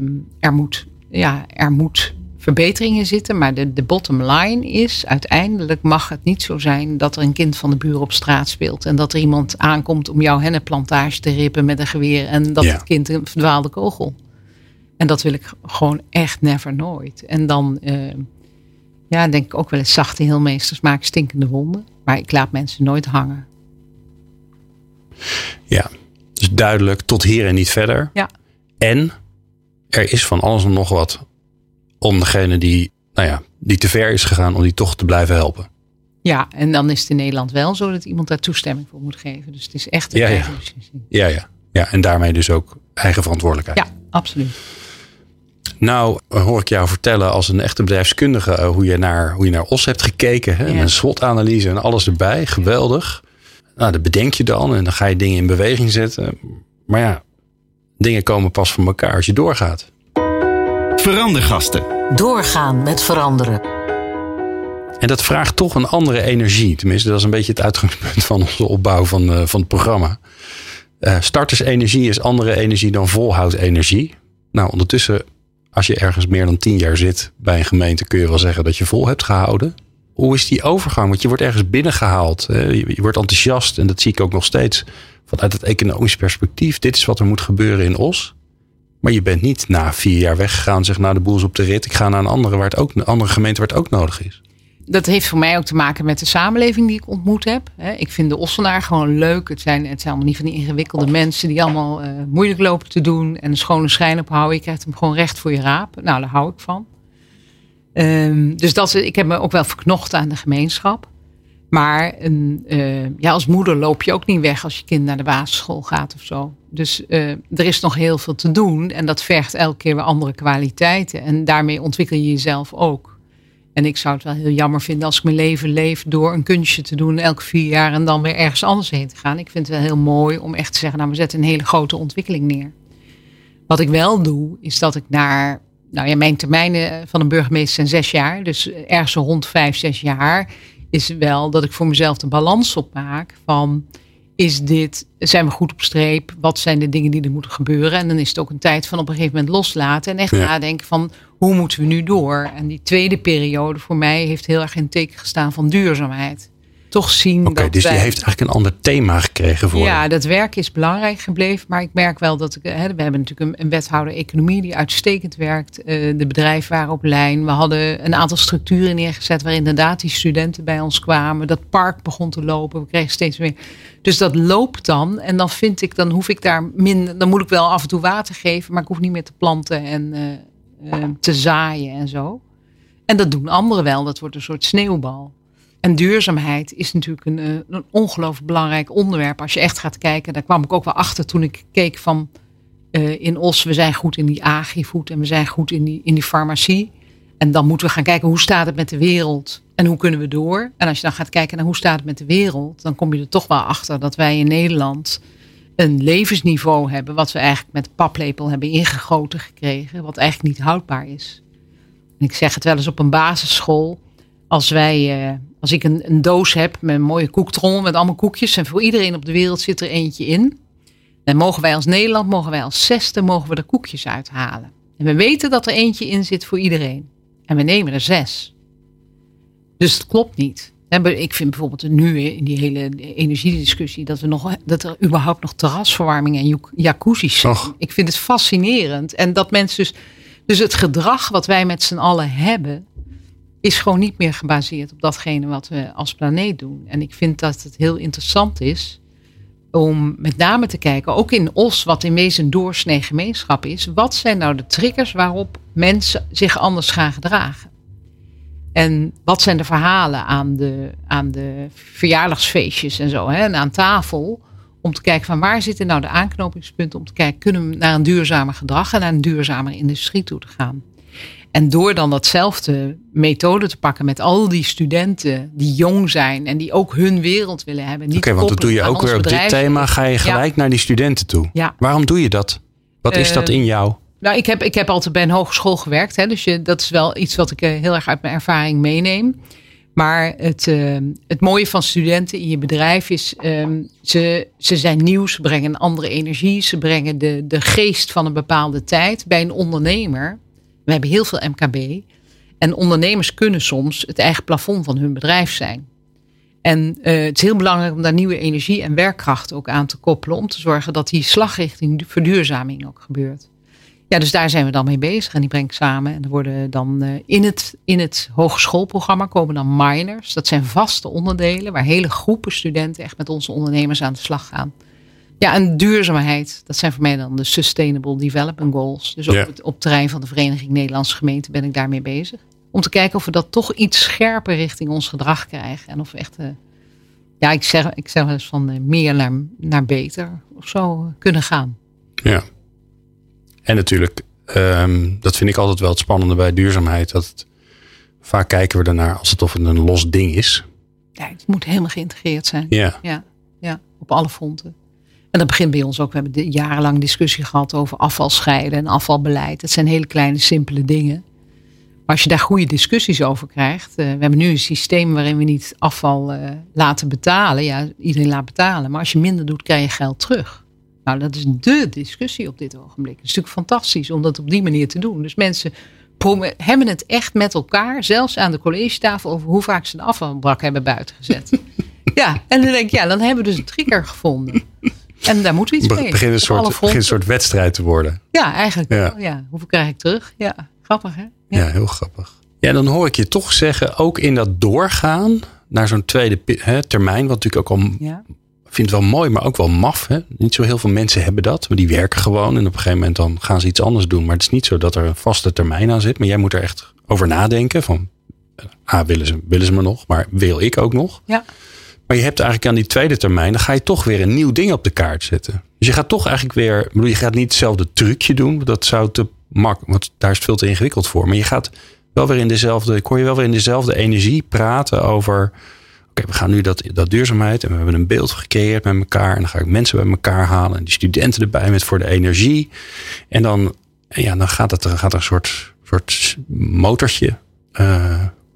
[SPEAKER 3] Er moet verbeteringen zitten. Maar de bottom line is, uiteindelijk mag het niet zo zijn dat er een kind van de buren op straat speelt. En dat er iemand aankomt om jouw hennepplantage te rippen met een geweer. En dat het kind een verdwaalde kogel. En dat wil ik gewoon echt never nooit. En dan denk ik ook wel eens, zachte heelmeesters maken stinkende wonden. Maar ik laat mensen nooit hangen. Ja, dus duidelijk tot hier en niet verder. Ja. En er is van alles en nog wat om degene die te ver is gegaan, om die toch te blijven helpen. Ja, en dan is het in Nederland wel zo dat iemand daar toestemming voor moet geven. Dus het is echt een eigen beslissing. Ja, en daarmee dus ook eigen verantwoordelijkheid. Ja, absoluut. Nou, hoor ik jou vertellen als een echte bedrijfskundige hoe je naar Os hebt gekeken. Hè? Ja. Een SWOT-analyse en alles erbij. Geweldig. Nou, dat bedenk je dan en dan ga je dingen in beweging zetten. Maar ja, dingen komen pas van elkaar als je doorgaat.
[SPEAKER 1] Verandergasten.
[SPEAKER 2] Doorgaan met veranderen.
[SPEAKER 3] En dat vraagt toch een andere energie. Tenminste, dat is een beetje het uitgangspunt van onze opbouw van het programma. Startersenergie is andere energie dan volhoudenergie. Nou, ondertussen, als je ergens meer dan 10 jaar zit bij een gemeente, kun je wel zeggen dat je vol hebt gehouden. Hoe is die overgang? Want je wordt ergens binnengehaald. Je wordt enthousiast en dat zie ik ook nog steeds vanuit het economisch perspectief. Dit is wat er moet gebeuren in Os. Maar je bent niet na 4 jaar weggegaan en zegt, nou, de boel is op de rit. Ik ga naar een andere gemeente waar het ook nodig is. Dat heeft voor mij ook te maken met de samenleving die ik ontmoet heb. Ik vind de Ossenaar gewoon leuk. Het zijn allemaal niet van die ingewikkelde mensen die allemaal moeilijk lopen te doen en een schone schijn ophouden. Je krijgt hem gewoon recht voor je raap. Nou, daar hou ik van. Dus ik heb me ook wel verknocht aan de gemeenschap. Maar als moeder loop je ook niet weg als je kind naar de basisschool gaat of zo. Dus er is nog heel veel te doen. En dat vergt elke keer weer andere kwaliteiten. En daarmee ontwikkel je jezelf ook. En ik zou het wel heel jammer vinden als ik mijn leven leef door een kunstje te doen elke 4 jaar en dan weer ergens anders heen te gaan. Ik vind het wel heel mooi om echt te zeggen, nou, we zetten een hele grote ontwikkeling neer. Wat ik wel doe, is dat ik mijn termijnen van een burgemeester zijn 6 jaar. Dus ergens rond 5-6 jaar is wel dat ik voor mezelf de balans opmaak van
[SPEAKER 4] zijn we goed op streep? Wat zijn de dingen die er moeten gebeuren? En dan is het ook een tijd van op een gegeven moment loslaten. En echt nadenken van hoe moeten we nu door? En die tweede periode voor mij heeft heel erg in het teken gestaan van duurzaamheid. Toch zien
[SPEAKER 3] Oké, dus die heeft eigenlijk een ander thema gekregen voor
[SPEAKER 4] Ja, dat werk is belangrijk gebleven. Maar ik merk wel dat we hebben natuurlijk een wethouder economie die uitstekend werkt. De bedrijven waren op lijn. We hadden een aantal structuren neergezet waar inderdaad die studenten bij ons kwamen. Dat park begon te lopen. We kregen steeds meer. Dus dat loopt dan. En dan vind ik, dan hoef ik daar minder. Dan moet ik wel af en toe water geven, maar ik hoef niet meer te planten en te zaaien en zo. En dat doen anderen wel. Dat wordt een soort sneeuwbal. En duurzaamheid is natuurlijk een ongelooflijk belangrijk onderwerp. Als je echt gaat kijken, daar kwam ik ook wel achter toen ik keek van in Os. We zijn goed in die agri-food en we zijn goed in die farmacie. En dan moeten we gaan kijken hoe staat het met de wereld en hoe kunnen we door. En als je dan gaat kijken naar hoe staat het met de wereld, dan kom je er toch wel achter dat wij in Nederland een levensniveau hebben wat we eigenlijk met de paplepel hebben ingegoten gekregen. Wat eigenlijk niet houdbaar is. En ik zeg het wel eens op een basisschool. Als ik een doos heb met een mooie koektrommel met allemaal koekjes. En voor iedereen op de wereld zit er eentje in. Dan mogen wij als Nederland, als 6e, mogen we er koekjes uithalen. En we weten dat er eentje in zit voor iedereen. En we nemen er 6. Dus het klopt niet. Ik vind bijvoorbeeld nu in die hele energiediscussie dat er überhaupt nog terrasverwarming en jacuzzi's zijn. Och. Ik vind het fascinerend. En dat mensen dus het gedrag wat wij met z'n allen hebben, is gewoon niet meer gebaseerd op datgene wat we als planeet doen. En ik vind dat het heel interessant is om met name te kijken, ook in Os, wat in wezen een doorsnee gemeenschap is. Wat zijn nou de triggers waarop mensen zich anders gaan gedragen? En wat zijn de verhalen aan de verjaardagsfeestjes en zo, en aan tafel, om te kijken van waar zitten nou de aanknopingspunten, om te kijken, kunnen we naar een duurzamer gedrag en naar een duurzamere industrie toe te gaan. En door dan datzelfde methode te pakken met al die studenten die jong zijn en die ook hun wereld willen hebben.
[SPEAKER 3] Oké, want dat doe je ook weer op dit thema. Ga je gelijk naar die studenten toe. Ja. Waarom doe je dat? Wat is dat in jou?
[SPEAKER 4] Nou, ik heb altijd bij een hogeschool gewerkt. Dus dat is wel iets wat ik heel erg uit mijn ervaring meeneem. Maar het mooie van studenten in je bedrijf is, ze zijn nieuw, ze brengen een andere energie. Ze brengen de geest van een bepaalde tijd. Bij een ondernemer, we hebben heel veel MKB. En ondernemers kunnen soms het eigen plafond van hun bedrijf zijn. En het is heel belangrijk om daar nieuwe energie en werkkracht ook aan te koppelen. Om te zorgen dat die slagrichting de verduurzaming ook gebeurt. Ja, dus daar zijn we dan mee bezig. En die breng ik samen. En er worden dan in het hogeschoolprogramma komen dan minors. Dat zijn vaste onderdelen waar hele groepen studenten echt met onze ondernemers aan de slag gaan. Ja, en duurzaamheid, dat zijn voor mij dan de Sustainable Development Goals. Dus op het terrein van de Vereniging Nederlandse Gemeenten ben ik daarmee bezig. Om te kijken of we dat toch iets scherper richting ons gedrag krijgen. En of we echt, ik zeg wel eens van meer naar beter of zo kunnen gaan.
[SPEAKER 3] Ja. En natuurlijk, dat vind ik altijd wel het spannende bij duurzaamheid. Dat vaak kijken we ernaar als het een los ding is.
[SPEAKER 4] Ja, het moet helemaal geïntegreerd zijn. Ja, op alle fronten. En dat begint bij ons ook. We hebben jarenlang discussie gehad over afvalscheiden en afvalbeleid. Dat zijn hele kleine, simpele dingen. Maar als je daar goede discussies over krijgt. We hebben nu een systeem waarin we niet afval laten betalen. Ja, iedereen laat betalen. Maar als je minder doet, krijg je geld terug. Nou, dat is dé discussie op dit ogenblik. Het is natuurlijk fantastisch om dat op die manier te doen. Dus mensen hebben het echt met elkaar, zelfs aan de collegetafel, over hoe vaak ze de afvalbak hebben buiten gezet. Ja, en dan denk ik, dan hebben we dus een trigger gevonden. En daar moeten we iets mee.
[SPEAKER 3] Het begint een soort wedstrijd te worden.
[SPEAKER 4] Ja, eigenlijk wel. Ja. Hoeveel krijg ik terug? Ja, grappig hè?
[SPEAKER 3] Ja, heel grappig. Ja, dan hoor ik je toch zeggen, ook in dat doorgaan naar zo'n tweede termijn, wat natuurlijk ook al... Ja. Ik vind het wel mooi, maar ook wel maf. Hè? Niet zo heel veel mensen hebben dat. Maar die werken gewoon. En op een gegeven moment dan gaan ze iets anders doen. Maar het is niet zo dat er een vaste termijn aan zit. Maar jij moet er echt over nadenken. Van, willen ze me nog? Maar wil ik ook nog? Ja. Maar je hebt eigenlijk aan die tweede termijn. Dan ga je toch weer een nieuw ding op de kaart zetten. Dus je gaat toch eigenlijk weer... Je gaat niet hetzelfde trucje doen. Dat zou te makkelijk... Want daar is het veel te ingewikkeld voor. Maar je gaat wel weer in dezelfde... Ik hoor je wel weer in dezelfde energie praten over... Oké, we gaan nu dat duurzaamheid en we hebben een beeld gecreëerd met elkaar. En dan ga ik mensen bij elkaar halen en die studenten erbij met voor de energie. En dan gaat er een soort motortje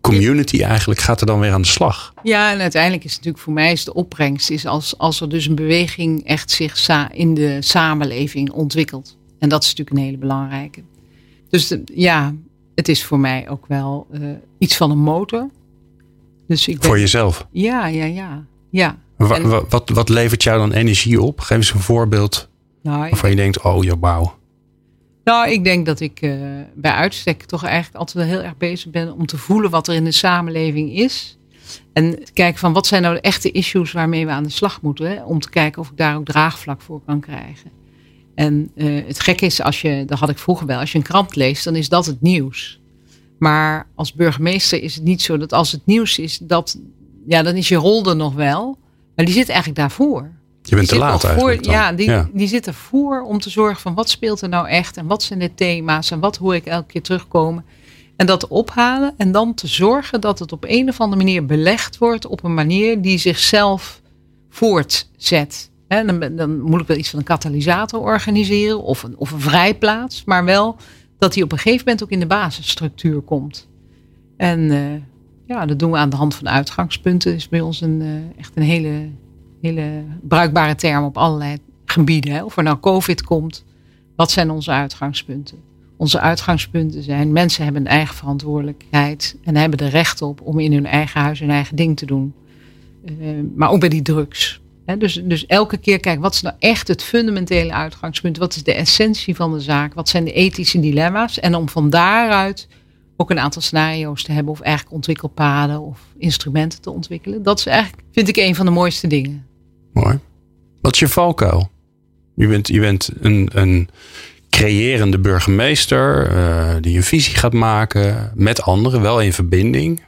[SPEAKER 3] community eigenlijk gaat er dan weer aan de slag.
[SPEAKER 4] Ja, en uiteindelijk is het natuurlijk voor mij de opbrengst is als er dus een beweging echt zich in de samenleving ontwikkelt. En dat is natuurlijk een hele belangrijke. Dus het is voor mij ook wel iets van een motor. Dus
[SPEAKER 3] voor jezelf?
[SPEAKER 4] Ja.
[SPEAKER 3] Wat levert jou dan energie op? Geef eens een voorbeeld waarvan je denkt, wauw.
[SPEAKER 4] Nou, ik denk dat ik bij uitstek toch eigenlijk altijd wel heel erg bezig ben om te voelen wat er in de samenleving is. En te kijken van wat zijn nou de echte issues waarmee we aan de slag moeten. Hè? Om te kijken of ik daar ook draagvlak voor kan krijgen. En het gekke is, dat had ik vroeger wel, als je een krant leest, dan is dat het nieuws. Maar als burgemeester is het niet zo dat als het nieuws is, dan is je rol er nog wel. Maar die zit eigenlijk daarvoor.
[SPEAKER 3] Je bent te laat eigenlijk dan.
[SPEAKER 4] Die zit ervoor om te zorgen van wat speelt er nou echt en wat zijn de thema's en wat hoor ik elke keer terugkomen. En dat ophalen en dan te zorgen dat het op een of andere manier belegd wordt op een manier die zichzelf voortzet. Dan moet ik wel iets van een katalysator organiseren of een vrijplaats, maar wel dat die op een gegeven moment ook in de basisstructuur komt. En dat doen we aan de hand van uitgangspunten. Dat is bij ons echt een hele bruikbare term op allerlei gebieden. Hè. Of er nou COVID komt, wat zijn onze uitgangspunten? Onze uitgangspunten zijn, mensen hebben een eigen verantwoordelijkheid en hebben er recht op om in hun eigen huis hun eigen ding te doen. Maar ook bij die drugs. Hè. Dus elke keer kijken, wat is nou echt het fundamentele uitgangspunt? Wat is de essentie van de zaak? Wat zijn de ethische dilemma's? En om van daaruit ook een aantal scenario's te hebben of eigenlijk ontwikkelpaden of instrumenten te ontwikkelen. Dat is eigenlijk, vind ik, een van de mooiste dingen.
[SPEAKER 3] Mooi. Wat is je valkuil? Je bent een creërende burgemeester die een visie gaat maken met anderen, wel in verbinding.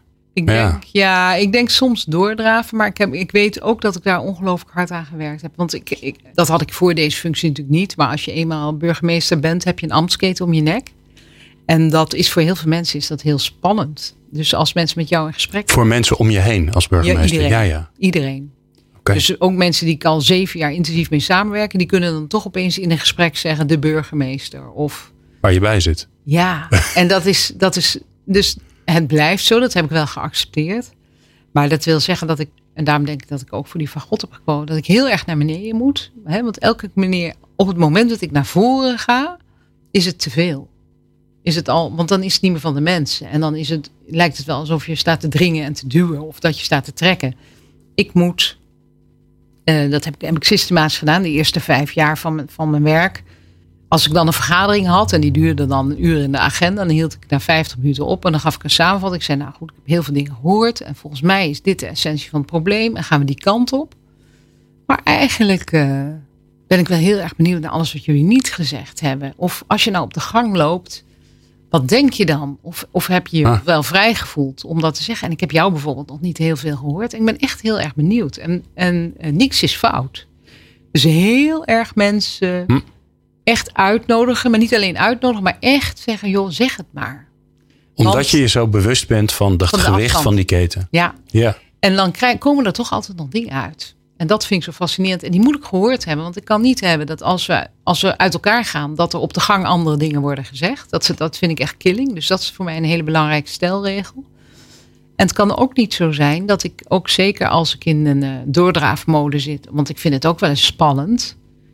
[SPEAKER 3] Ik denk soms doordraven, maar ik weet ook dat ik daar ongelooflijk hard aan gewerkt heb. Want dat had ik voor deze functie natuurlijk niet. Maar als je eenmaal burgemeester bent, heb je een ambtsketen om je nek. En dat is voor heel veel mensen is dat heel spannend. Dus als mensen met jou in gesprek... Voor mensen om je heen als burgemeester?
[SPEAKER 4] Ja, iedereen. Okay. Dus ook mensen die ik al 7 jaar intensief mee samenwerken, die kunnen dan toch opeens in een gesprek zeggen de burgemeester. Of
[SPEAKER 3] waar je bij zit.
[SPEAKER 4] Ja, en dat is dus het blijft zo. Dat heb ik wel geaccepteerd. Maar dat wil zeggen dat ik, en daarom denk ik dat ik ook voor die Van God heb gekozen, dat ik heel erg naar beneden moet. Hè? Want elke meneer, op het moment dat ik naar voren ga, is het te veel. Is het al, want dan is het niet meer van de mensen. En dan lijkt het wel alsof je staat te dringen en te duwen. Of dat je staat te trekken. Ik moet, dat heb ik systematisch gedaan. De eerste 5 jaar van mijn werk. Als ik dan een vergadering had. En die duurde dan een uur in de agenda. Dan hield ik na 50 minuten op. En dan gaf ik een samenvatting. Ik zei, nou goed, ik heb heel veel dingen gehoord. En volgens mij is dit de essentie van het probleem. En gaan we die kant op. Maar eigenlijk ben ik wel heel erg benieuwd naar alles wat jullie niet gezegd hebben. Of als je nou op de gang loopt. Wat denk je dan? Of heb je je wel vrij gevoeld om dat te zeggen? En ik heb jou bijvoorbeeld nog niet heel veel gehoord. En ik ben echt heel erg benieuwd. En niks is fout. Dus heel erg mensen echt uitnodigen. Maar niet alleen uitnodigen, maar echt zeggen, joh, zeg het maar.
[SPEAKER 3] Omdat je zo bewust bent van het gewicht van die keten.
[SPEAKER 4] Ja. En dan komen er toch altijd nog dingen uit. En dat vind ik zo fascinerend. En die moet ik gehoord hebben. Want ik kan niet hebben dat als we uit elkaar gaan, dat er op de gang andere dingen worden gezegd. Dat vind ik echt killing. Dus dat is voor mij een hele belangrijke stelregel. En het kan ook niet zo zijn dat ik ook zeker als ik in een doordraafmode zit. Want ik vind het ook wel eens spannend.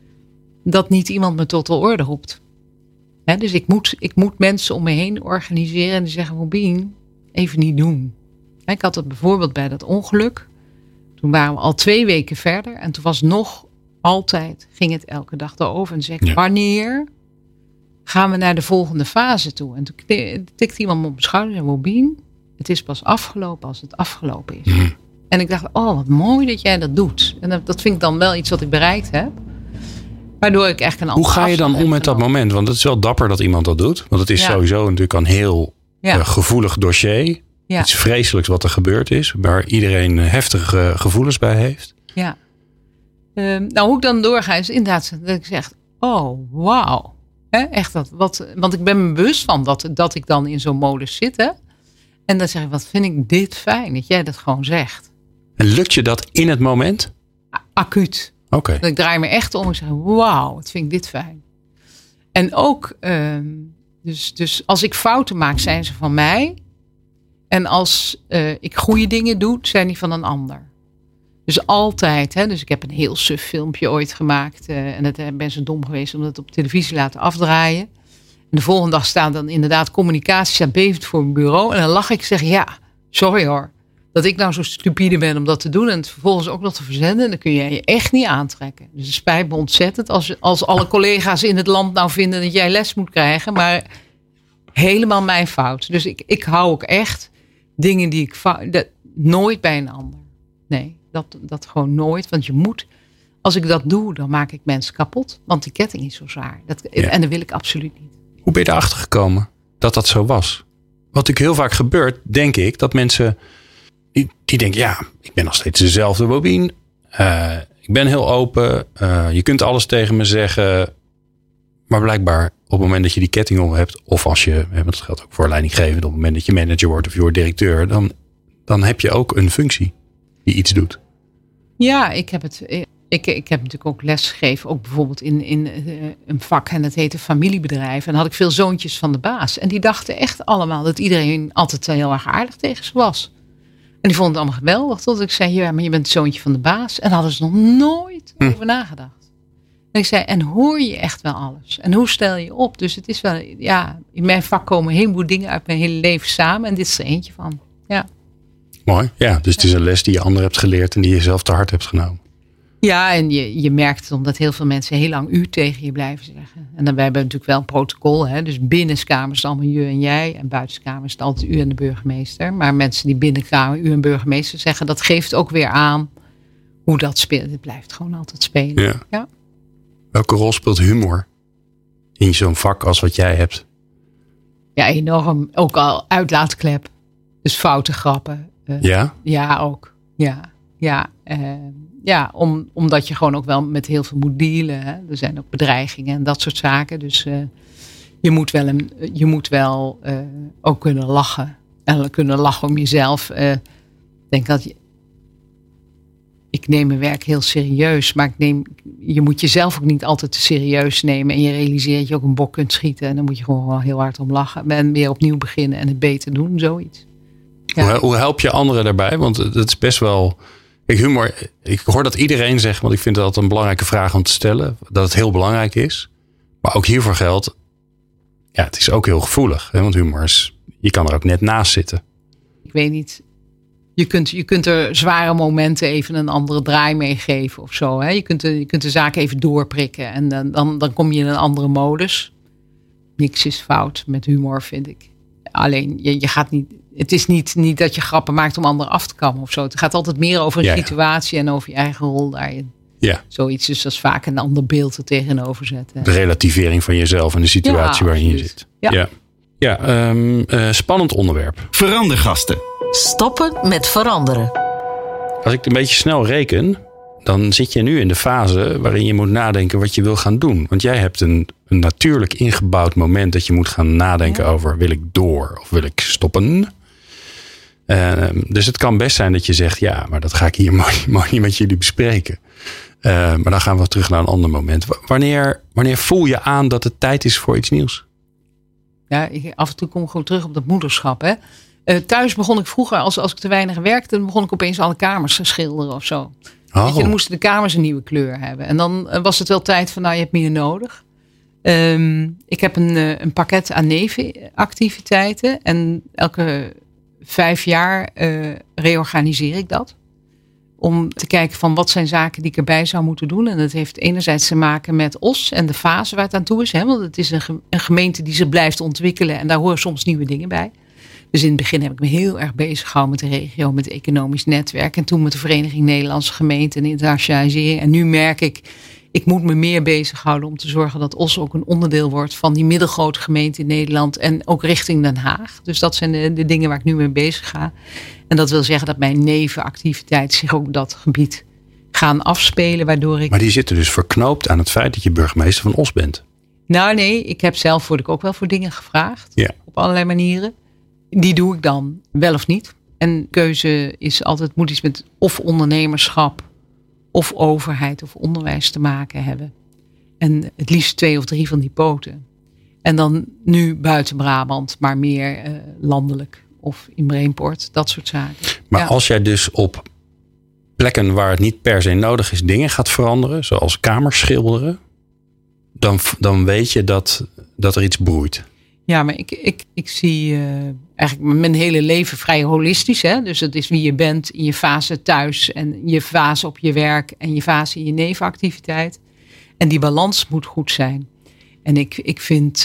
[SPEAKER 4] Dat niet iemand me tot de orde roept. Dus ik moet mensen om me heen organiseren. En die zeggen, Robien, even niet doen. Ik had het bijvoorbeeld bij dat ongeluk. Toen waren we al 2 weken verder. En toen was nog altijd, ging het elke dag daarover. En zei ik, wanneer gaan we naar de volgende fase toe? En toen tikte iemand me op mijn schouder en zei, Robien, het is pas afgelopen als het afgelopen is. En ik dacht, wat mooi dat jij dat doet. En dat vind ik dan wel iets wat ik bereikt heb. Waardoor ik echt een andere.
[SPEAKER 3] Hoe ga je dan om met dat moment? Want het is wel dapper dat iemand dat doet. Want het is sowieso natuurlijk een heel gevoelig dossier. Ja. Iets vreselijks wat er gebeurd is. Waar iedereen heftige gevoelens bij heeft.
[SPEAKER 4] Ja. Nou, hoe ik dan doorga is inderdaad dat ik zeg, wauw. Echt want ik ben me bewust van dat ik dan in zo'n modus zit. Hè? En dan zeg ik, wat vind ik dit fijn dat jij dat gewoon zegt.
[SPEAKER 3] En lukt je dat in het moment?
[SPEAKER 4] Acuut.
[SPEAKER 3] Okay.
[SPEAKER 4] Ik draai me echt om en zeg, wauw, wat vind ik dit fijn. En ook, dus als ik fouten maak, zijn ze van mij. En als ik goede dingen doe, zijn die van een ander. Dus altijd. Hè? Dus ik heb een heel suf filmpje ooit gemaakt. En dat ben zo dom geweest om dat op televisie laten afdraaien. En de volgende dag staat dan inderdaad communicatie staat bevend voor mijn bureau. En dan lach ik en zeg ja, sorry hoor. Dat ik nou zo stupide ben om dat te doen. En het vervolgens ook nog te verzenden. Dan kun je je echt niet aantrekken. Dus het spijt me ontzettend als alle collega's in het land nou vinden dat jij les moet krijgen. Maar helemaal mijn fout. Dus ik hou ook echt dingen die ik nooit bij een ander. Nee, dat gewoon nooit. Want je moet, als ik dat doe, dan maak ik mensen kapot. Want die ketting is zo zwaar. En dat wil ik absoluut niet.
[SPEAKER 3] Hoe ben je erachter gekomen dat dat zo was? Wat natuurlijk heel vaak gebeurt, denk ik, dat mensen die denken, ja, ik ben nog steeds dezelfde Bobien. Ik ben heel open. Je kunt alles tegen me zeggen. Maar blijkbaar op het moment dat je die ketting om hebt, of als je, dat geldt ook voor leidinggevend, op het moment dat je manager wordt of je wordt directeur, dan heb je ook een functie die iets doet. Ja,
[SPEAKER 4] ik heb natuurlijk ook les gegeven, ook bijvoorbeeld in een vak en dat heette familiebedrijf. En dan had ik veel zoontjes van de baas. En die dachten echt allemaal dat iedereen altijd heel erg aardig tegen ze was. En die vonden het allemaal geweldig. Tot ik zei, ja, maar je bent het zoontje van de baas. En daar hadden ze nog nooit over nagedacht. En ik zei, en hoor je echt wel alles? En hoe stel je op? Dus het is wel, ja, in mijn vak komen een heleboel dingen uit mijn hele leven samen. En dit is er eentje van. Ja.
[SPEAKER 3] Mooi. Ja, dus het is een les die je anderen hebt geleerd en die je zelf te hard hebt genomen.
[SPEAKER 4] Ja, en je merkt het omdat heel veel mensen heel lang u tegen je blijven zeggen. En dan wij hebben natuurlijk wel een protocol. Hè? Dus binnenkamer is het allemaal je en jij. En buitenkamer is het altijd u en de burgemeester. Maar mensen die binnenkamer u en burgemeester zeggen, dat geeft ook weer aan hoe dat speelt. Het blijft gewoon altijd spelen. Ja.
[SPEAKER 3] Welke rol speelt humor in zo'n vak als wat jij hebt?
[SPEAKER 4] Ja, enorm. Ook al uitlaatklep. Dus foute grappen.
[SPEAKER 3] Ja? Ja,
[SPEAKER 4] ook. Ja, omdat je gewoon ook wel met heel veel moet dealen. Hè? Er zijn ook bedreigingen en dat soort zaken. Dus je moet wel ook kunnen lachen. En kunnen lachen om jezelf. Ik denk dat ik neem mijn werk heel serieus. Maar je moet jezelf ook niet altijd te serieus nemen. En je realiseert dat je ook een bok kunt schieten. En dan moet je gewoon wel heel hard om lachen. En weer opnieuw beginnen en het beter doen. Zoiets.
[SPEAKER 3] Ja. Hoe help je anderen daarbij? Want het is best wel... Kijk, humor, ik hoor dat iedereen zegt, want ik vind dat een belangrijke vraag om te stellen. Dat het heel belangrijk is. Maar ook hiervoor geldt, ja, het is ook heel gevoelig. Hè? Want humor is, je kan er ook net naast zitten.
[SPEAKER 4] Ik weet niet. Je kunt er zware momenten even een andere draai mee geven of zo. Hè? Je kunt de zaak even doorprikken. En dan kom je in een andere modus. Niks is fout met humor, vind ik. Alleen, je gaat niet... Het is niet dat je grappen maakt om anderen af te kammen of zo. Het gaat altijd meer over een situatie en over je eigen rol daarin. Ja. Zoiets, dus dat is vaak een ander beeld er tegenover zetten.
[SPEAKER 3] De relativering van jezelf en de situatie waarin je zit. Spannend onderwerp.
[SPEAKER 1] Verandergasten.
[SPEAKER 2] Stoppen met veranderen.
[SPEAKER 3] Als ik een beetje snel reken, dan zit je nu in de fase waarin je moet nadenken wat je wil gaan doen. Want jij hebt een natuurlijk ingebouwd moment dat je moet gaan nadenken over, wil ik door of wil ik stoppen? Dus het kan best zijn dat je zegt, ja, maar dat ga ik hier mooi niet met jullie bespreken. Maar dan gaan we terug naar een ander moment. Wanneer voel je aan dat het tijd is voor iets nieuws?
[SPEAKER 4] Ja, af en toe kom ik gewoon terug op dat moederschap. Hè? Thuis begon ik vroeger, als ik te weinig werkte, dan begon ik opeens alle kamers te schilderen of zo.
[SPEAKER 3] Oh.
[SPEAKER 4] Weet je, dan moesten de kamers een nieuwe kleur hebben. En dan was het wel tijd van, je hebt meer nodig. Ik heb een pakket aan nevenactiviteiten. En elke 5 jaar reorganiseer ik dat. Om te kijken van wat zijn zaken die ik erbij zou moeten doen. En dat heeft enerzijds te maken met Os en de fase waar het aan toe is. Hè? Want het is een gemeente die zich blijft ontwikkelen. En daar horen soms nieuwe dingen bij. Dus in het begin heb ik me heel erg bezig gehouden met de regio, met het economisch netwerk. En toen met de Vereniging Nederlandse Gemeenten en internationalisering. En nu merk ik moet me meer bezighouden om te zorgen dat Os ook een onderdeel wordt van die middelgrote gemeente in Nederland. En ook richting Den Haag. Dus dat zijn de dingen waar ik nu mee bezig ga. En dat wil zeggen dat mijn nevenactiviteiten zich ook op dat gebied gaan afspelen. Waardoor ik...
[SPEAKER 3] Maar die zitten dus verknoopt aan het feit dat je burgemeester van Os bent.
[SPEAKER 4] Nou nee, ik heb zelf word ik ook wel voor dingen gevraagd. Ja. Op allerlei manieren. Die doe ik dan wel of niet. En keuze is altijd, moet iets met of ondernemerschap, of overheid of onderwijs te maken hebben. En het liefst 2 of 3 van die poten. En dan nu buiten Brabant, maar meer landelijk. of in Brainport. Dat soort zaken.
[SPEAKER 3] Maar als jij dus op plekken waar het niet per se nodig is dingen gaat veranderen, zoals kamers schilderen, dan weet je dat er iets broeit.
[SPEAKER 4] Ja, maar ik zie eigenlijk mijn hele leven vrij holistisch. Hè? Dus het is wie je bent in je fase thuis en je fase op je werk en je fase in je nevenactiviteit. En die balans moet goed zijn. En ik vind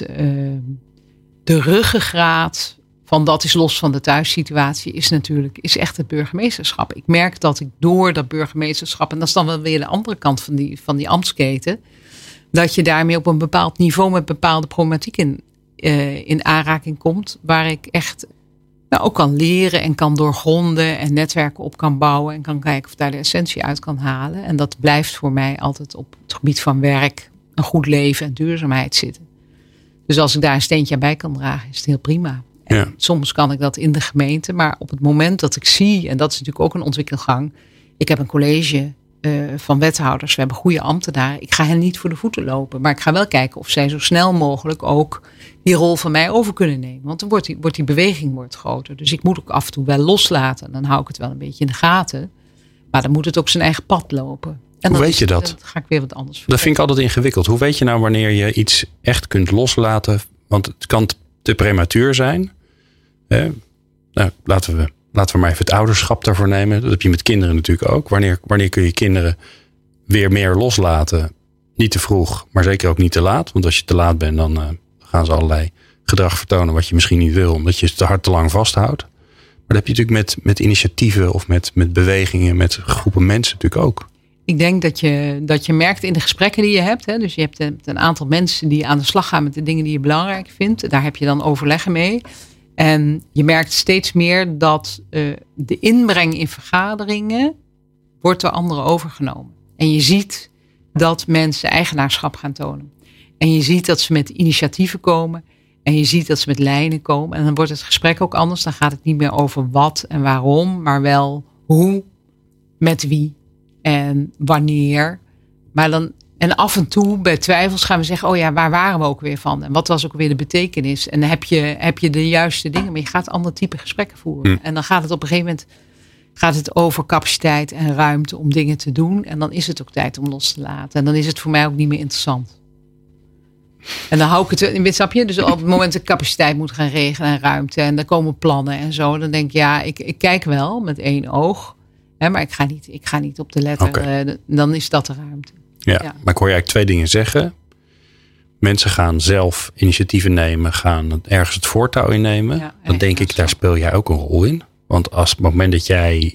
[SPEAKER 4] de ruggengraat van dat is los van de thuissituatie is echt het burgemeesterschap. Ik merk dat ik door dat burgemeesterschap, en dat is dan wel weer de andere kant van die ambtsketen, dat je daarmee op een bepaald niveau met bepaalde problematiek in aanraking komt, waar ik echt ook kan leren en kan doorgronden en netwerken op kan bouwen en kan kijken of daar de essentie uit kan halen. En dat blijft voor mij altijd op het gebied van werk, een goed leven en duurzaamheid zitten. Dus als ik daar een steentje bij kan dragen, is het heel prima. En soms kan ik dat in de gemeente, maar op het moment dat ik zie, en dat is natuurlijk ook een ontwikkelgang, ik heb een college van wethouders, we hebben goede ambtenaren. Ik ga hen niet voor de voeten lopen, maar ik ga wel kijken of zij zo snel mogelijk ook die rol van mij over kunnen nemen. Want dan wordt die beweging groter. Dus ik moet ook af en toe wel loslaten. Dan hou ik het wel een beetje in de gaten. Maar dan moet het ook zijn eigen pad lopen. En
[SPEAKER 3] hoe weet je dat?
[SPEAKER 4] Dan ga ik weer wat anders vertellen.
[SPEAKER 3] Dat vind ik altijd ingewikkeld. Hoe weet je nou wanneer je iets echt kunt loslaten? Want het kan te prematuur zijn. Nou, laten we maar even het ouderschap daarvoor nemen. Dat heb je met kinderen natuurlijk ook. Wanneer kun je kinderen weer meer loslaten? Niet te vroeg, maar zeker ook niet te laat. Want als je te laat bent, dan gaan ze allerlei gedrag vertonen wat je misschien niet wil. Omdat je het te lang vasthoudt. Maar dat heb je natuurlijk met initiatieven of met bewegingen, met groepen mensen natuurlijk ook.
[SPEAKER 4] Ik denk dat je merkt in de gesprekken die je hebt. Hè, dus je hebt een aantal mensen die aan de slag gaan met de dingen die je belangrijk vindt. Daar heb je dan overleggen mee. En je merkt steeds meer dat de inbreng in vergaderingen wordt door anderen overgenomen. En je ziet dat mensen eigenaarschap gaan tonen. En je ziet dat ze met initiatieven komen. En je ziet dat ze met lijnen komen. En dan wordt het gesprek ook anders. Dan gaat het niet meer over wat en waarom. Maar wel hoe, met wie en wanneer. Maar dan, en af en toe bij twijfels gaan we zeggen, oh ja, waar waren we ook weer van? En wat was ook weer de betekenis? En heb je de juiste dingen? Maar je gaat ander type gesprekken voeren. En dan gaat het op een gegeven moment over capaciteit en ruimte om dingen te doen. En dan is het ook tijd om los te laten. En dan is het voor mij ook niet meer interessant. En dan hou ik het in, snap je? Dus op het moment dat ik capaciteit moet gaan regelen en ruimte. En dan komen plannen en zo. Dan denk ik, ja, ik kijk wel met één oog. Hè, maar ik ga niet op de letter. Okay. Dan is dat de ruimte.
[SPEAKER 3] Ja, maar ik hoor je eigenlijk twee dingen zeggen. Mensen gaan zelf initiatieven nemen. Gaan ergens het voortouw innemen. Ja, dan denk ik, daar speel jij ook een rol in. Want als op het moment dat jij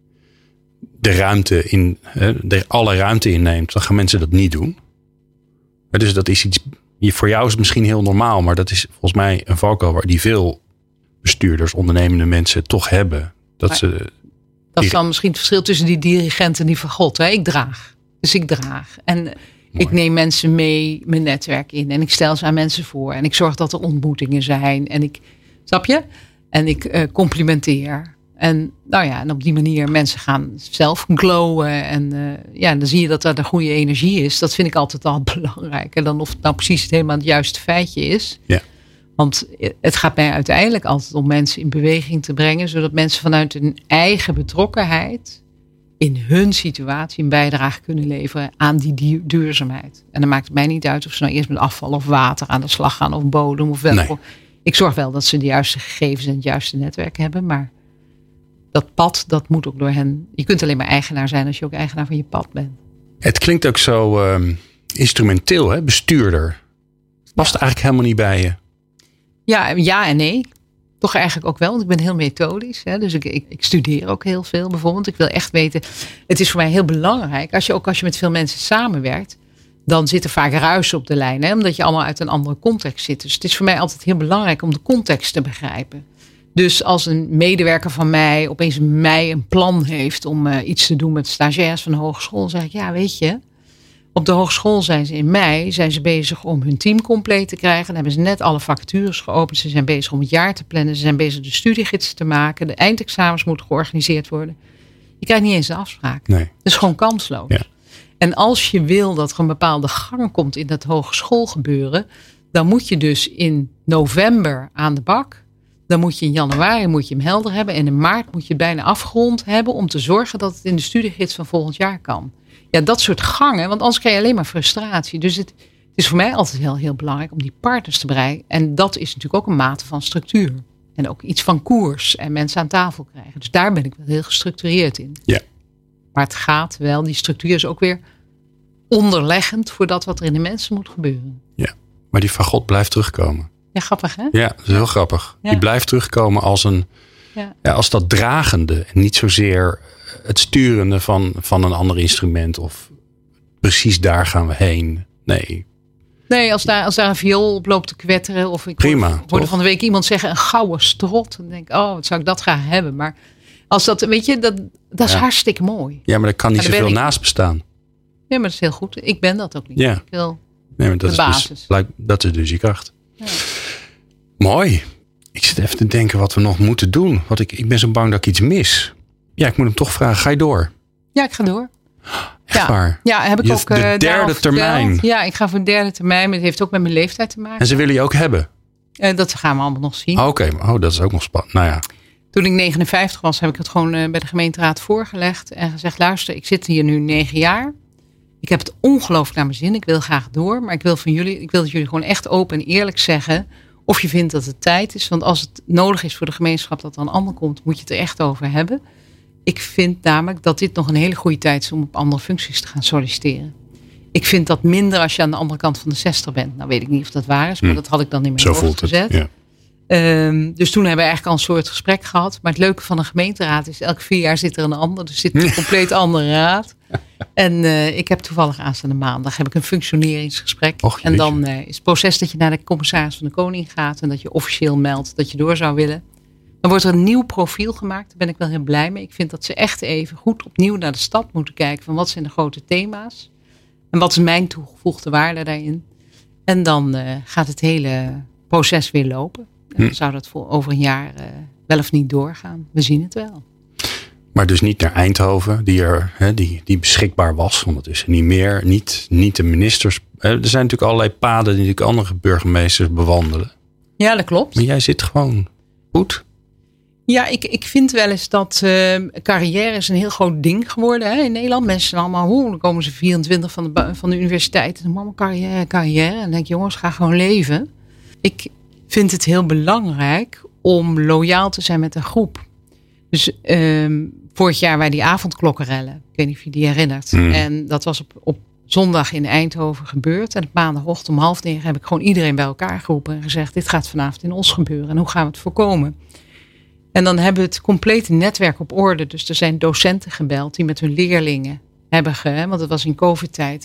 [SPEAKER 3] alle ruimte inneemt, dan gaan mensen dat niet doen. Dus dat is iets, voor jou is het misschien heel normaal, maar dat is volgens mij een valkuil die veel bestuurders, ondernemende mensen toch hebben. Dat
[SPEAKER 4] is dan misschien het verschil tussen die dirigent en die van God. Hè? Ik draag. Dus ik draag. En mooi. Ik neem mensen mee mijn netwerk in. En ik stel ze aan mensen voor. En ik zorg dat er ontmoetingen zijn. En snap je? En ik complimenteer. En en op die manier mensen gaan zelf glowen. En dan zie je dat er de goede energie is. Dat vind ik altijd al belangrijk. En dan of het nou precies helemaal het juiste feitje is. Ja. Want het gaat mij uiteindelijk altijd om mensen in beweging te brengen. Zodat mensen vanuit hun eigen betrokkenheid in hun situatie een bijdrage kunnen leveren aan die duurzaamheid. En dan maakt het mij niet uit of ze nou eerst met afval of water aan de slag gaan of bodem of welke. Nee. Ik zorg wel dat ze de juiste gegevens en het juiste netwerk hebben. Maar dat pad, dat moet ook door hen. Je kunt alleen maar eigenaar zijn als je ook eigenaar van je pad bent.
[SPEAKER 3] Het klinkt ook zo instrumenteel, hè? Bestuurder. Past eigenlijk helemaal niet bij je.
[SPEAKER 4] Ja en nee. Toch eigenlijk ook wel, want ik ben heel methodisch. Hè? Dus ik studeer ook heel veel bijvoorbeeld. Ik wil echt weten, het is voor mij heel belangrijk. Als je met veel mensen samenwerkt, dan zit er vaak ruis op de lijn. Hè? Omdat je allemaal uit een andere context zit. Dus het is voor mij altijd heel belangrijk om de context te begrijpen. Dus als een medewerker van mij opeens een plan heeft om iets te doen met stagiairs van de hogeschool, dan zeg ik, ja, weet je, op de hogeschool zijn ze in mei bezig om hun team compleet te krijgen. Dan hebben ze net alle vacatures geopend. Ze zijn bezig om het jaar te plannen. Ze zijn bezig de studiegidsen te maken. De eindexamens moeten georganiseerd worden. Je krijgt niet eens een afspraak. Nee. Dat is gewoon kansloos. Ja. En als je wil dat er een bepaalde gang komt in dat hogeschoolgebeuren, dan moet je dus in november aan de bak. Dan moet je in januari hem helder hebben. En in maart moet je het bijna afgerond hebben. Om te zorgen dat het in de studiegids van volgend jaar kan. Ja, dat soort gangen. Want anders krijg je alleen maar frustratie. Dus het is voor mij altijd heel, heel belangrijk om die partners te bereiken. En dat is natuurlijk ook een mate van structuur. En ook iets van koers. En mensen aan tafel krijgen. Dus daar ben ik wel heel gestructureerd in.
[SPEAKER 3] Ja.
[SPEAKER 4] Maar het gaat wel. Die structuur is ook weer onderleggend voor dat wat er in de mensen moet gebeuren.
[SPEAKER 3] Ja, maar die fagot blijft terugkomen.
[SPEAKER 4] Ja, grappig hè?
[SPEAKER 3] Ja, dat is heel grappig.
[SPEAKER 4] Ja.
[SPEAKER 3] Die blijft terugkomen als als dat dragende. En niet zozeer het sturende van een ander instrument. Of precies daar gaan we heen. Nee,
[SPEAKER 4] als daar een viool op loopt te kwetteren. Of ik hoorde van de week iemand zeggen een gouden strot. Dan denk ik, wat zou ik dat graag hebben. Maar als dat, weet je, dat is hartstikke mooi.
[SPEAKER 3] Ja, maar er kan niet zoveel naast bestaan.
[SPEAKER 4] Ja, maar dat is heel goed. Ik ben dat ook niet.
[SPEAKER 3] Ja.
[SPEAKER 4] Ik wil
[SPEAKER 3] maar
[SPEAKER 4] de basis.
[SPEAKER 3] Dat is dus je kracht.
[SPEAKER 4] Ja.
[SPEAKER 3] Mooi. Ik zit even te denken wat we nog moeten doen. Want ik ben zo bang dat ik iets mis. Ja, ik moet hem toch vragen. Ga je door?
[SPEAKER 4] Ja, ik ga door.
[SPEAKER 3] Echt waar?
[SPEAKER 4] Ja, heb ik ook
[SPEAKER 3] de derde termijn.
[SPEAKER 4] Verteld. Ja, ik ga voor de derde termijn. Maar het heeft ook met mijn leeftijd te maken.
[SPEAKER 3] En ze willen je ook hebben?
[SPEAKER 4] Dat gaan we allemaal nog zien.
[SPEAKER 3] Oké. Dat is ook nog spannend. Nou ja.
[SPEAKER 4] Toen ik 59 was, heb ik het gewoon bij de gemeenteraad voorgelegd. En gezegd, luister, ik zit hier nu 9 jaar. Ik heb het ongelooflijk naar mijn zin. Ik wil graag door. Maar ik wil dat jullie gewoon echt open en eerlijk zeggen of je vindt dat het tijd is. Want als het nodig is voor de gemeenschap dat er een ander komt, moet je het er echt over hebben. Ik vind namelijk dat dit nog een hele goede tijd is om op andere functies te gaan solliciteren. Ik vind dat minder als je aan de andere kant van de 60 bent. Nou weet ik niet of dat waar is, maar dat had ik dan in mijn hoofd gezet. Ja. Dus toen hebben we eigenlijk al een soort gesprek gehad. Maar het leuke van een gemeenteraad is elke 4 jaar zit er een ander. Dus zit een compleet andere raad. En ik heb toevallig aanstaande maandag heb ik een functioneringsgesprek. En dan is het proces dat je naar de commissaris van de Koning gaat. En dat je officieel meldt dat je door zou willen. Dan wordt er een nieuw profiel gemaakt. Daar ben ik wel heel blij mee. Ik vind dat ze echt even goed opnieuw naar de stad moeten kijken. Van wat zijn de grote thema's. En wat is mijn toegevoegde waarde daarin. En dan gaat het hele proces weer lopen. En dan zou dat over een jaar wel of niet doorgaan. We zien het wel.
[SPEAKER 3] Maar dus niet naar Eindhoven, die beschikbaar was. Want dat is er niet meer. Niet de ministers. Er zijn natuurlijk allerlei paden die natuurlijk andere burgemeesters bewandelen.
[SPEAKER 4] Ja, dat klopt.
[SPEAKER 3] Maar jij zit gewoon goed.
[SPEAKER 4] Ja, ik vind wel eens dat carrière is een heel groot ding geworden in Nederland. Mensen zijn allemaal, dan komen ze 24 van de universiteit. En dan allemaal carrière. En dan denk ik, jongens, ga gewoon leven. Ik vind het heel belangrijk om loyaal te zijn met een groep. Dus vorig jaar waren die avondklokkenrellen. Ik weet niet of je die herinnert. En dat was op zondag in Eindhoven gebeurd. En op maandagochtend om 8:30 heb ik gewoon iedereen bij elkaar geroepen. En gezegd, dit gaat vanavond in Os gebeuren. En hoe gaan we het voorkomen? En dan hebben we het complete netwerk op orde. Dus er zijn docenten gebeld die met hun leerlingen hebben want het was in COVID-tijd,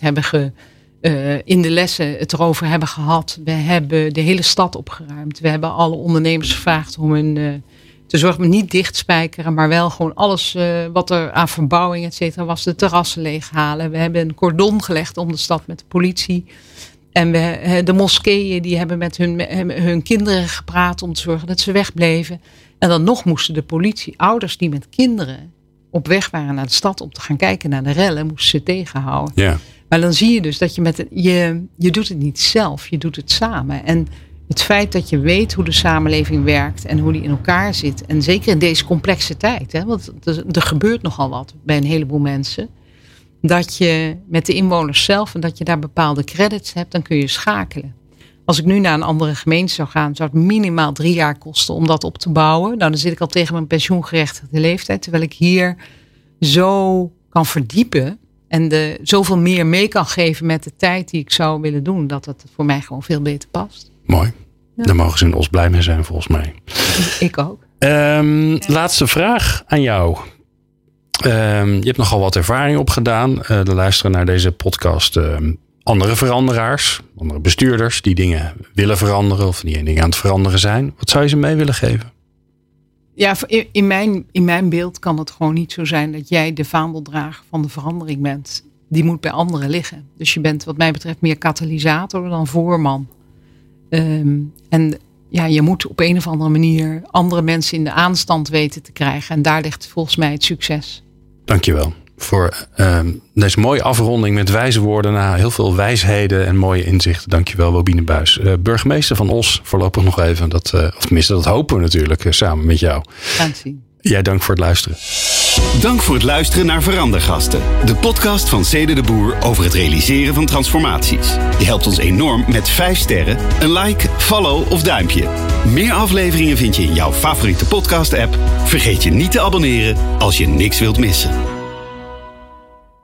[SPEAKER 4] in de lessen het erover hebben gehad. We hebben de hele stad opgeruimd. We hebben alle ondernemers gevraagd om hun te zorgen, niet dichtspijkeren, maar wel gewoon alles wat er aan verbouwing et cetera was, de terrassen leeghalen. We hebben een cordon gelegd om de stad met de politie. En de moskeeën die hebben met hun kinderen gepraat om te zorgen dat ze wegbleven. En dan nog moesten de ouders die met kinderen op weg waren naar de stad om te gaan kijken naar de rellen, moesten ze tegenhouden.
[SPEAKER 3] Ja.
[SPEAKER 4] Maar dan zie je dus dat je doet het niet zelf, je doet het samen. En het feit dat je weet hoe de samenleving werkt en hoe die in elkaar zit. En zeker in deze complexe tijd, want er gebeurt nogal wat bij een heleboel mensen. Dat je met de inwoners zelf en dat je daar bepaalde credits hebt, dan kun je schakelen. Als ik nu naar een andere gemeente zou gaan, zou het minimaal 3 jaar kosten om dat op te bouwen. Nou, dan zit ik al tegen mijn pensioengerechtigde leeftijd. Terwijl ik hier zo kan verdiepen en zoveel meer mee kan geven met de tijd die ik zou willen doen. Dat het voor mij gewoon veel beter past.
[SPEAKER 3] Mooi. Ja. Daar mogen ze in Os blij mee zijn volgens mij.
[SPEAKER 4] Ik ook.
[SPEAKER 3] Laatste vraag aan jou. Je hebt nogal wat ervaring opgedaan. De luisteren naar deze podcast andere veranderaars, andere bestuurders die dingen willen veranderen of die dingen aan het veranderen zijn. Wat zou je ze mee willen geven?
[SPEAKER 4] Ja, in mijn beeld kan het gewoon niet zo zijn dat jij de vaandeldrager van de verandering bent. Die moet bij anderen liggen. Dus je bent wat mij betreft meer katalysator dan voorman. En ja, je moet op een of andere manier andere mensen in de aanstand weten te krijgen. En daar ligt volgens mij het succes.
[SPEAKER 3] Dankjewel. voor deze mooie afronding met wijze woorden. Heel veel wijsheden en mooie inzichten. Dankjewel, Wobine Buijs. Burgemeester van Os, voorlopig nog even. Of tenminste, dat hopen we natuurlijk samen met jou.
[SPEAKER 4] Gaan zien.
[SPEAKER 3] Jij dank voor het luisteren.
[SPEAKER 1] Dank voor het luisteren naar Verandergasten. De podcast van Cede de Boer over het realiseren van transformaties. Je helpt ons enorm met 5 sterren, een like, follow of duimpje. Meer afleveringen vind je in jouw favoriete podcast-app. Vergeet je niet te abonneren als je niks wilt missen.